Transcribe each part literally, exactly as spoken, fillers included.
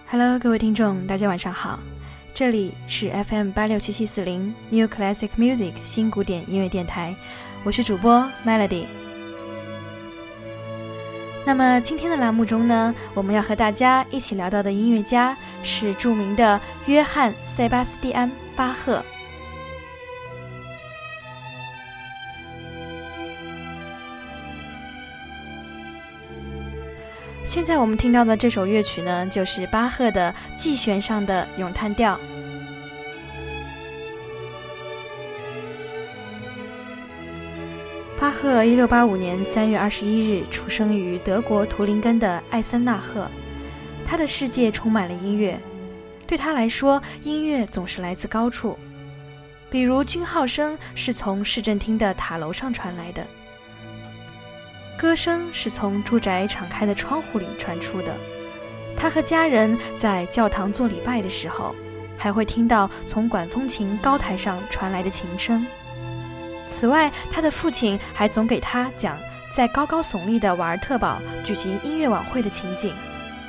Hello， 各位听众，大家晚上好，这里是 F M 八六七七四零 New Classic Music 新古典音乐电台，我是主播 Melody。那么今天的栏目中呢，我们要和大家一起聊到的音乐家是著名的约翰·塞巴斯蒂安·巴赫。现在我们听到的这首乐曲呢，就是巴赫的 G 弦上的咏叹调。巴赫一六八五年三月二十一日出生于德国图林根的艾森纳赫，他的世界充满了音乐，对他来说，音乐总是来自高处，比如军号声是从市政厅的塔楼上传来的，歌声是从住宅敞开的窗户里传出的。他和家人在教堂做礼拜的时候，还会听到从管风琴高台上传来的琴声。此外，他的父亲还总给他讲在高高耸立的瓦尔特堡举行音乐晚会的情景。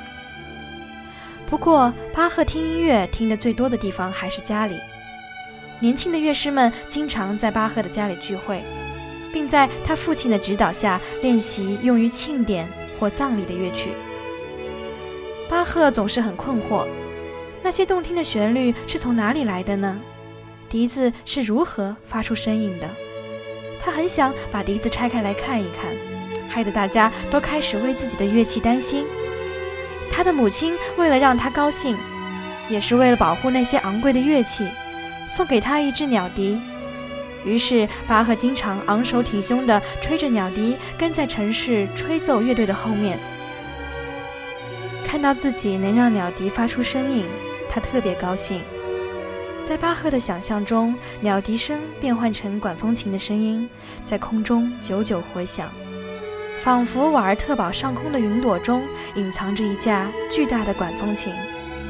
不过，巴赫听音乐听得最多的地方还是家里。年轻的乐师们经常在巴赫的家里聚会，并在他父亲的指导下练习用于庆典或葬礼的乐曲。巴赫总是很困惑，那些动听的旋律是从哪里来的呢？笛子是如何发出声音的？他很想把笛子拆开来看一看，害得大家都开始为自己的乐器担心。他的母亲为了让他高兴，也是为了保护那些昂贵的乐器，送给他一支鸟笛。于是巴赫经常昂首挺胸地吹着鸟笛，跟在城市吹奏乐队的后面。看到自己能让鸟笛发出声音，他特别高兴。在巴赫的想象中，鸟笛声变换成管风琴的声音，在空中久久回响，仿佛瓦尔特堡上空的云朵中隐藏着一架巨大的管风琴。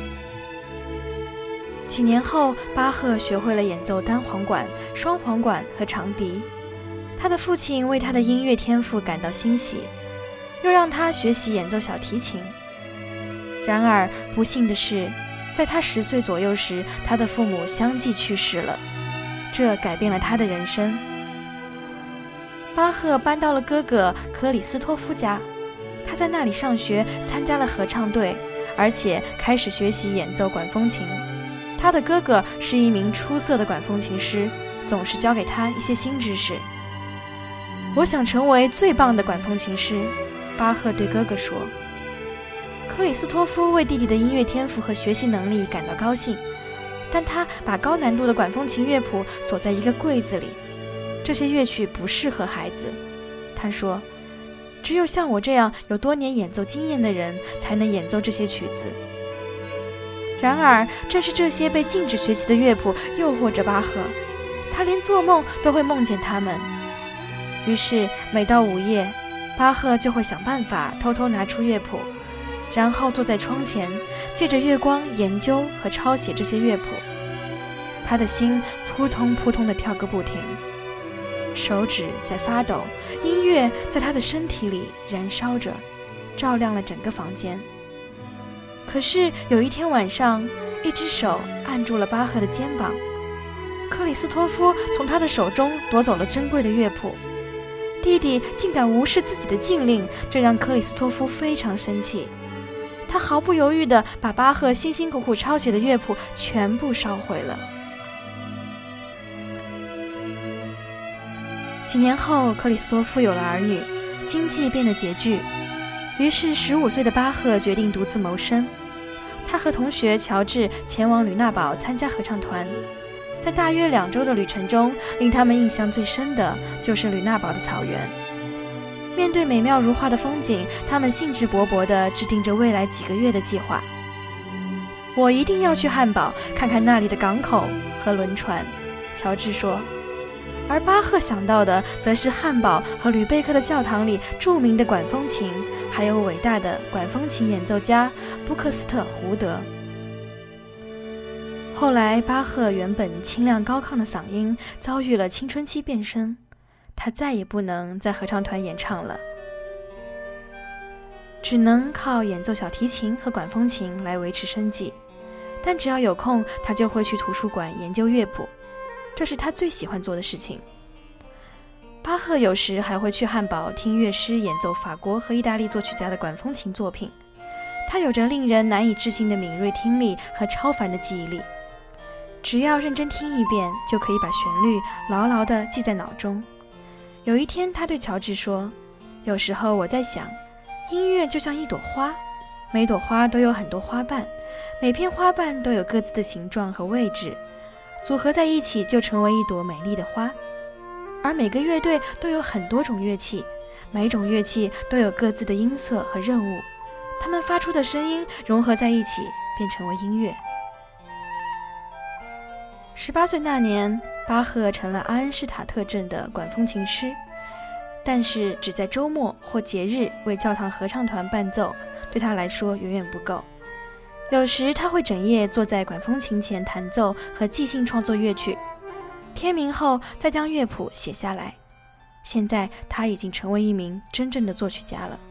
几年后，巴赫学会了演奏单簧管、双簧管和长笛。他的父亲为他的音乐天赋感到欣喜，又让他学习演奏小提琴。然而，不幸的是，在他十岁左右时，他的父母相继去世了，这改变了他的人生。巴赫搬到了哥哥克里斯托夫家，他在那里上学，参加了合唱队，而且开始学习演奏管风琴。他的哥哥是一名出色的管风琴师，总是教给他一些新知识。我想成为最棒的管风琴师，巴赫对哥哥说。克里斯托夫为弟弟的音乐天赋和学习能力感到高兴，但他把高难度的管风琴乐谱锁在一个柜子里，这些乐曲不适合孩子。他说，只有像我这样有多年演奏经验的人才能演奏这些曲子。然而，正是这些被禁止学习的乐谱诱惑着巴赫，他连做梦都会梦见它们。于是，每到午夜，巴赫就会想办法偷偷拿出乐谱，然后坐在窗前，借着月光研究和抄写这些乐谱。他的心扑通扑通地跳个不停，手指在发抖，音乐在他的身体里燃烧着，照亮了整个房间。可是有一天晚上，一只手按住了巴赫的肩膀，克里斯托夫从他的手中夺走了珍贵的乐谱。弟弟竟敢无视自己的禁令，这让克里斯托夫非常生气。他毫不犹豫地把巴赫辛辛苦苦抄写的乐谱全部烧毁了。几年后，克里斯托夫有了儿女，经济变得拮据，于是十五岁的巴赫决定独自谋生。他和同学乔治前往吕纳堡参加合唱团。在大约两周的旅程中，令他们印象最深的就是吕纳堡的草原。面对美妙如画的风景，他们兴致勃勃地制定着未来几个月的计划。我一定要去汉堡看看那里的港口和轮船，乔治说。而巴赫想到的则是汉堡和吕贝克的教堂里著名的管风琴，还有伟大的管风琴演奏家布克斯特胡德。后来，巴赫原本清亮高亢的嗓音遭遇了青春期变声，他再也不能在合唱团演唱了。 只能靠演奏小提琴和管风琴来维持生计。但只要有空，他就会去图书馆研究乐谱，这是他最喜欢做的事情。巴赫有时还会去汉堡听乐师演奏法国和意大利作曲家的管风琴作品。他有着令人难以置信的敏锐听力和超凡的记忆力，只要认真听一遍，就可以把旋律牢牢地记在脑中。有一天他对乔治说，有时候我在想，音乐就像一朵花，每朵花都有很多花瓣，每片花瓣都有各自的形状和位置，组合在一起就成为一朵美丽的花。而每个乐队都有很多种乐器，每种乐器都有各自的音色和任务，它们发出的声音融合在一起，便成为音乐。十八岁那年，巴赫成了阿恩施塔特镇的管风琴师，但是只在周末或节日为教堂合唱团伴奏，对他来说远远不够。有时他会整夜坐在管风琴前弹奏和即兴创作乐曲，天明后再将乐谱写下来。现在他已经成为一名真正的作曲家了。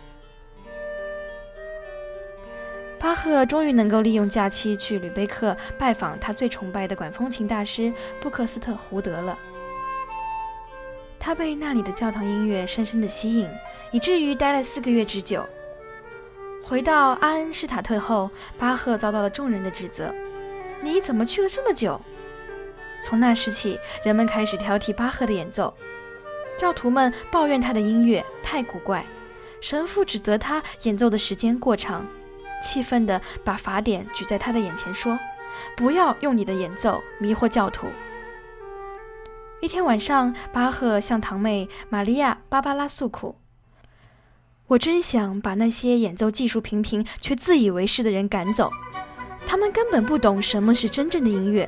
巴赫终于能够利用假期去吕贝克拜访他最崇拜的管风琴大师布克斯特胡德了。他被那里的教堂音乐深深地吸引，以至于待了四个月之久。回到阿恩施塔特后，巴赫遭到了众人的指责，你怎么去了这么久？从那时起，人们开始挑剔巴赫的演奏，教徒们抱怨他的音乐太古怪，神父指责他演奏的时间过长，气愤地把法典举在他的眼前说，不要用你的演奏迷惑教徒。一天晚上，巴赫向堂妹玛利亚·芭芭拉诉苦，我真想把那些演奏技术平平却自以为是的人赶走，他们根本不懂什么是真正的音乐。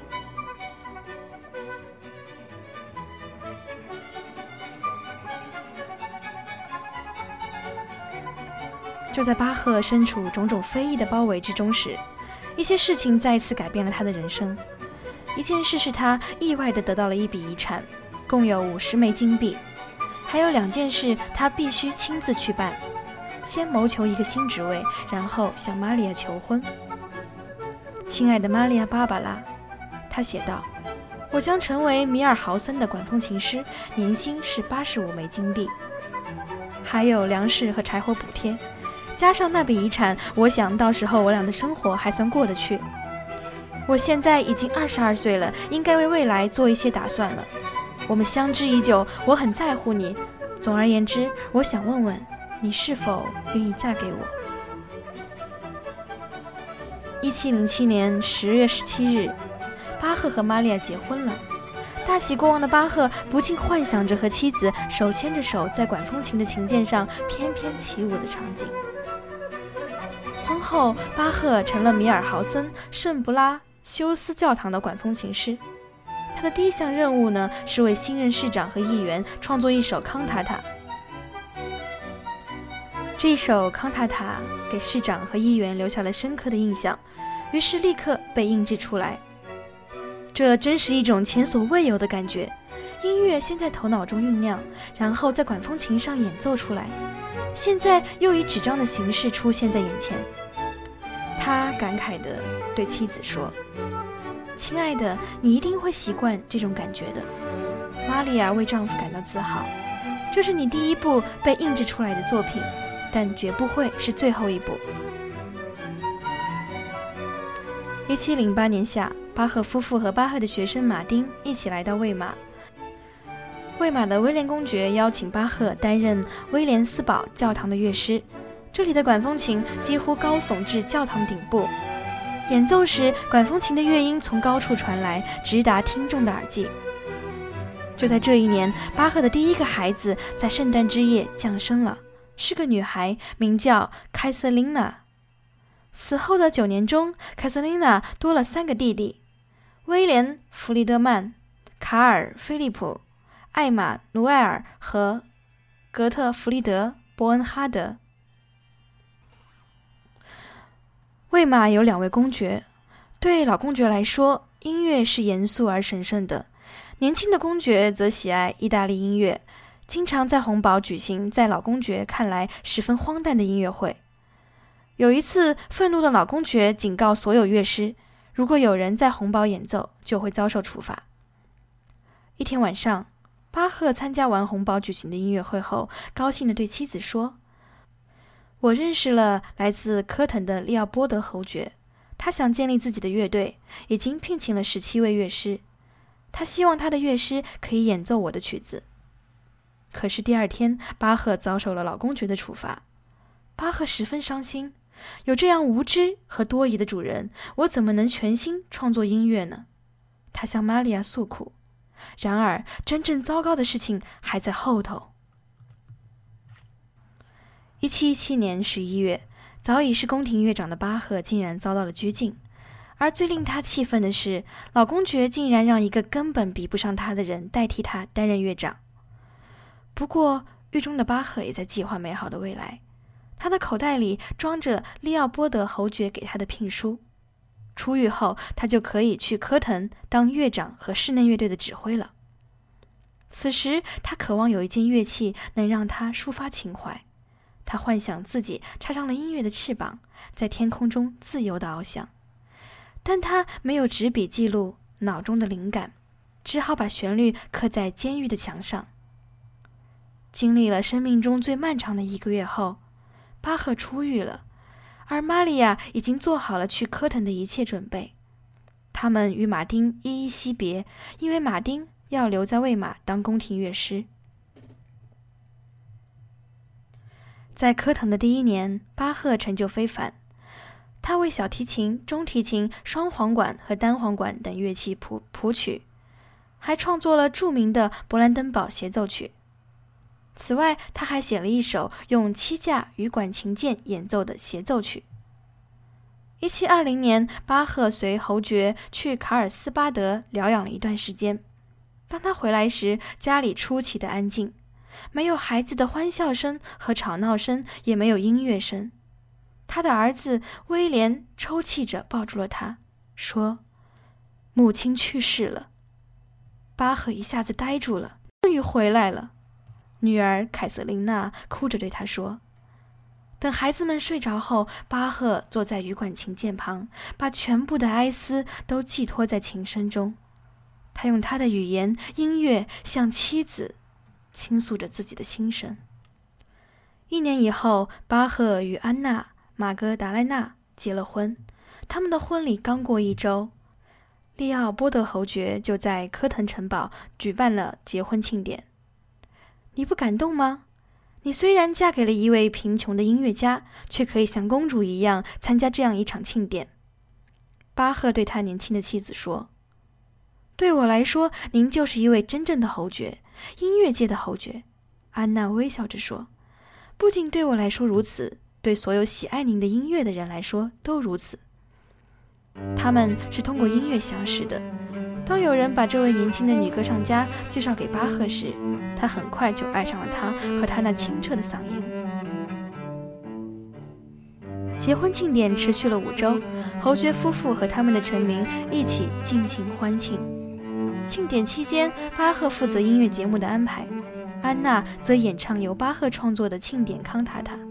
就在巴赫身处种种非议的包围之中时，一些事情再一次改变了他的人生。一件事是他意外地得到了一笔遗产，共有五十枚金币。还有两件事他必须亲自去办，先谋求一个新职位，然后向玛利亚求婚。亲爱的玛利亚·芭芭拉，他写道，我将成为米尔豪森的管风琴师，年薪是八十五枚金币，还有粮食和柴火补贴，加上那笔遗产，我想到时候我俩的生活还算过得去。我现在已经二十二岁了，应该为未来做一些打算了。我们相知已久，我很在乎你。总而言之，我想问问你是否愿意嫁给我。一七零七年十月十七日，巴赫和玛利亚结婚了。大喜过望的巴赫不禁幻想着和妻子手牵着手在管风琴的琴键上翩翩起舞的场景。婚后，巴赫成了米尔豪森圣布拉修斯教堂的管风琴师。他的第一项任务呢，是为新任市长和议员创作一首康塔塔。这一首康塔塔给市长和议员留下了深刻的印象，于是立刻被印制出来。这真是一种前所未有的感觉，音乐先在头脑中酝酿，然后在管风琴上演奏出来，现在又以纸张的形式出现在眼前。他感慨地对妻子说，亲爱的，你一定会习惯这种感觉的。玛利亚为丈夫感到自豪，这是你第一部被印制出来的作品，但绝不会是最后一部。一七零八年夏，巴赫夫妇和巴赫的学生马丁一起来到魏玛。魏玛的威廉公爵邀请巴赫担任威廉斯堡教堂的乐师，这里的管风琴几乎高耸至教堂顶部。演奏时，管风琴的乐音从高处传来，直达听众的耳际。就在这一年，巴赫的第一个孩子在圣诞之夜降生了，是个女孩，名叫凯瑟琳娜。此后的九年中，凯瑟琳娜多了三个弟弟：威廉·弗里德曼、卡尔·菲利普、艾玛·努埃尔和格特弗里德·伯恩哈德。魏玛有两位公爵，对老公爵来说，音乐是严肃而神圣的；年轻的公爵则喜爱意大利音乐， 经常在红堡举行在老公爵看来十分荒诞的音乐会。有一次，愤怒的老公爵警告所有乐师，如果有人在红堡演奏，就会遭受处罚。一天晚上，巴赫参加完红堡举行的音乐会后，高兴地对妻子说：“我认识了来自科腾的利奥波德侯爵，他想建立自己的乐队，已经聘请了十七位乐师。他希望他的乐师可以演奏我的曲子。”可是第二天，巴赫遭受了老公爵的处罚。巴赫十分伤心，有这样无知和多疑的主人，我怎么能全心创作音乐呢？他向玛利亚诉苦。然而，真正糟糕的事情还在后头。一七一七年十一月，早已是宫廷乐长的巴赫竟然遭到了拘禁，而最令他气愤的是，老公爵竟然让一个根本比不上他的人代替他担任乐长。不过，狱中的巴赫也在计划美好的未来。他的口袋里装着利奥波德侯爵给他的聘书，出狱后他就可以去科腾当乐长和室内乐队的指挥了。此时他渴望有一件乐器能让他抒发情怀，他幻想自己插上了音乐的翅膀，在天空中自由地翱翔。但他没有纸笔记录脑中的灵感，只好把旋律刻在监狱的墙上。经历了生命中最漫长的一个月后，巴赫出狱了，而玛利亚已经做好了去科腾的一切准备。他们与马丁依依惜别，因为马丁要留在魏玛当宫廷乐师。在科腾的第一年，巴赫成就非凡，他为小提琴、中提琴、双簧管和单簧管等乐器谱谱曲，还创作了著名的勃兰登堡协奏曲。此外，他还写了一首用七架羽管琴键演奏的协奏曲。一七二零年，巴赫随侯爵去卡尔斯巴德疗养了一段时间。当他回来时，家里出奇的安静，没有孩子的欢笑声和吵闹声，也没有音乐声。他的儿子威廉抽泣着抱住了他，说：“母亲去世了。”巴赫一下子呆住了，终于回来了。女儿凯瑟琳娜哭着对他说。等孩子们睡着后，巴赫坐在羽管琴键旁，把全部的哀思都寄托在琴声中。他用他的语言、音乐向妻子倾诉着自己的心声。一年以后，巴赫与安娜·玛格达莱娜结了婚。他们的婚礼刚过一周，利奥波德侯爵就在科腾城堡举办了结婚庆典。你不感动吗？你虽然嫁给了一位贫穷的音乐家，却可以像公主一样参加这样一场庆典。巴赫对他年轻的妻子说：“对我来说，您就是一位真正的侯爵，音乐界的侯爵。”安娜微笑着说：“不仅对我来说如此，对所有喜爱您的音乐的人来说都如此。”他们是通过音乐相识的。当有人把这位年轻的女歌唱家介绍给巴赫时，他很快就爱上了她和她那清澈的嗓音。结婚庆典持续了五周，侯爵夫妇和他们的臣民一起尽情欢庆。庆典期间，巴赫负责音乐节目的安排，安娜则演唱由巴赫创作的庆典康塔塔。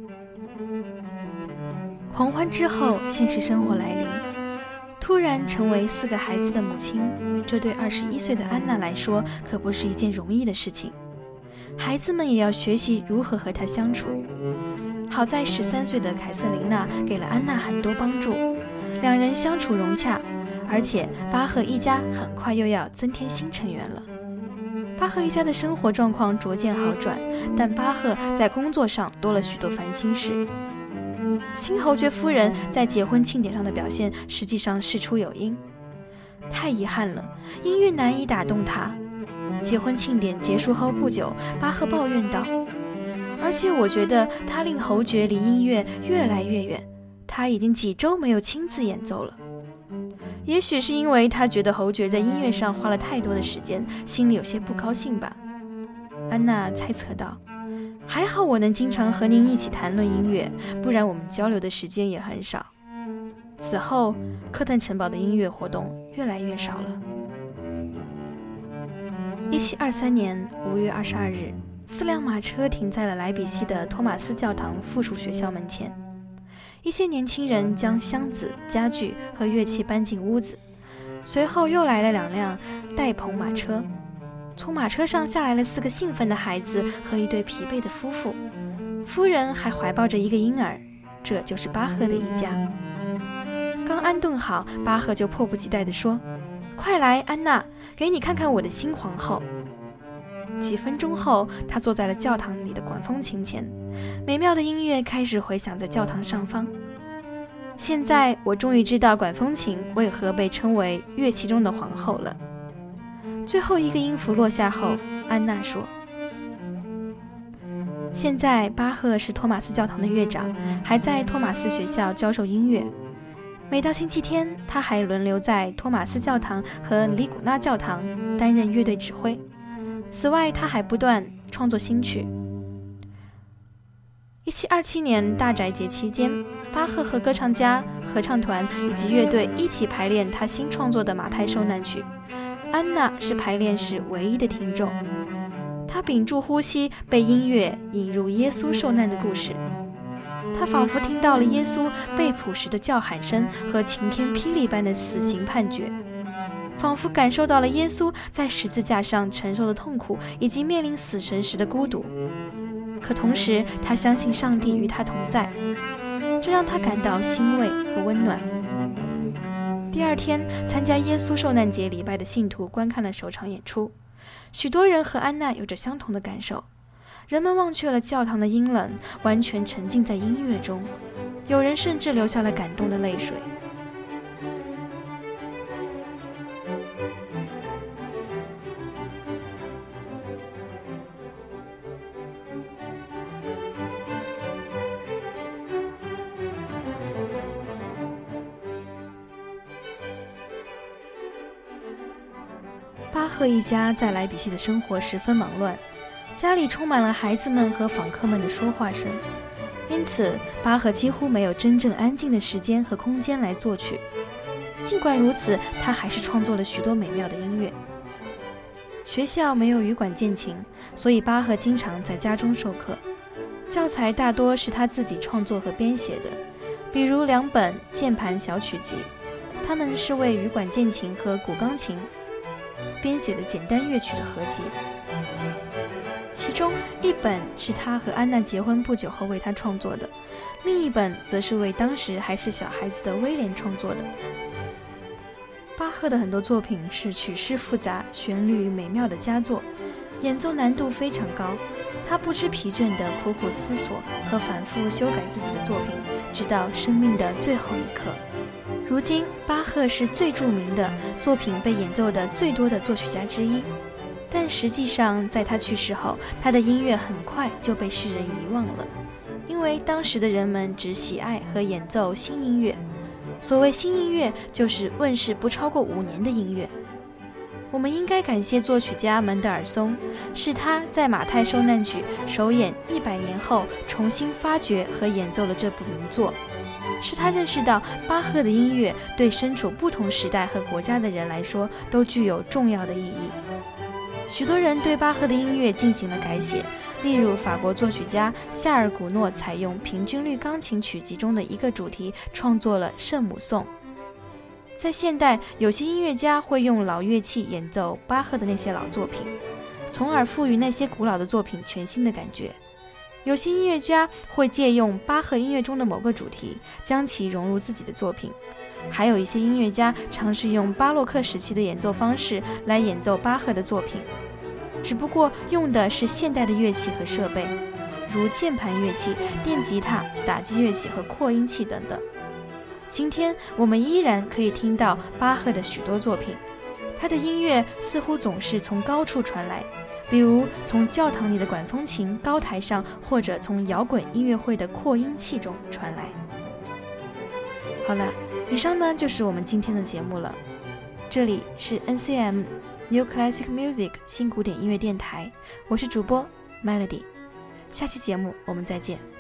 狂欢之后，现实生活来临。突然成为四个孩子的母亲，这对二十一岁的安娜来说可不是一件容易的事情。孩子们也要学习如何和她相处。好在十三岁的凯瑟琳娜给了安娜很多帮助，两人相处融洽，而且巴赫一家很快又要增添新成员了。巴赫一家的生活状况逐渐好转，但巴赫在工作上多了许多烦心事。新侯爵夫人在结婚庆典上的表现实际上事出有因，太遗憾了，音乐难以打动她。结婚庆典结束后不久，巴赫抱怨道：“而且我觉得他令侯爵离音乐越来越远，他已经几周没有亲自演奏了。也许是因为他觉得侯爵在音乐上花了太多的时间，心里有些不高兴吧。”安娜猜测道：“还好我能经常和您一起谈论音乐，不然我们交流的时间也很少。”此后，科腾城堡的音乐活动越来越少了。一七二三年五月二十二日， 四辆马车停在了莱比锡的托马斯教堂附属学校门前。一些年轻人将箱子、家具和乐器搬进屋子，随后又来了两辆带棚马车。从马车上下来了四个兴奋的孩子和一对疲惫的夫妇，夫人还怀抱着一个婴儿，这就是巴赫的一家。刚安顿好，巴赫就迫不及待地说：“快来，安娜，给你看看我的新皇后。”几分钟后，他坐在了教堂里的管风琴前，美妙的音乐开始回响在教堂上方。现在我终于知道管风琴为何被称为乐器中的皇后了。最后一个音符落下后，安娜说：“现在巴赫是托马斯教堂的乐长，还在托马斯学校教授音乐。每到星期天，他还轮流在托马斯教堂和里古纳教堂担任乐队指挥。此外，他还不断创作新曲。一七二七年大宅节期间，巴赫和歌唱家、合唱团以及乐队一起排练他新创作的马太受难曲。安娜是排练时唯一的听众，她屏住呼吸，被音乐引入耶稣受难的故事。她仿佛听到了耶稣被捕时的叫喊声和晴天霹雳般的死刑判决，仿佛感受到了耶稣在十字架上承受的痛苦以及面临死神时的孤独。可同时，他相信上帝与他同在，这让他感到欣慰和温暖。第二天，参加耶稣受难节礼拜的信徒观看了首场演出，许多人和安娜有着相同的感受。人们忘却了教堂的阴冷，完全沉浸在音乐中，有人甚至流下了感动的泪水。巴赫一家在莱比锡的生活十分忙乱，家里充满了孩子们和访客们的说话声，因此巴赫几乎没有真正安静的时间和空间来作曲。尽管如此，他还是创作了许多美妙的音乐。学校没有羽管键琴，所以巴赫经常在家中授课，教材大多是他自己创作和编写的，比如两本键盘小曲集，它们是为羽管键琴和古钢琴编写的简单乐曲的合集。其中一本是他和安娜结婚不久后为他创作的，另一本则是为当时还是小孩子的威廉创作的。巴赫的很多作品是曲式复杂、旋律美妙的佳作，演奏难度非常高。他不知疲倦地苦苦思索和反复修改自己的作品，直到生命的最后一刻。如今，巴赫是最著名的作品被演奏的最多的作曲家之一，但实际上在他去世后，他的音乐很快就被世人遗忘了，因为当时的人们只喜爱和演奏新音乐。所谓新音乐，就是问世不超过五年的音乐。我们应该感谢作曲家门德尔松，是他在马太受难曲首演一百年后重新发掘和演奏了这部名作，是他认识到巴赫的音乐对身处不同时代和国家的人来说都具有重要的意义。许多人对巴赫的音乐进行了改写，例如法国作曲家夏尔古诺采用平均律钢琴曲集中的一个主题创作了圣母颂。在现代，有些音乐家会用老乐器演奏巴赫的那些老作品，从而赋予那些古老的作品全新的感觉。有些音乐家会借用巴赫音乐中的某个主题，将其融入自己的作品。还有一些音乐家尝试用巴洛克时期的演奏方式来演奏巴赫的作品，只不过用的是现代的乐器和设备，如键盘乐器、电吉他、打击乐器和扩音器等等。今天我们依然可以听到巴赫的许多作品，他的音乐似乎总是从高处传来，比如从教堂里的管风琴高台上，或者从摇滚音乐会的扩音器中传来。好了，以上呢就是我们今天的节目了。这里是 N C M New Classic Music 新古典音乐电台，我是主播 Melody， 下期节目我们再见。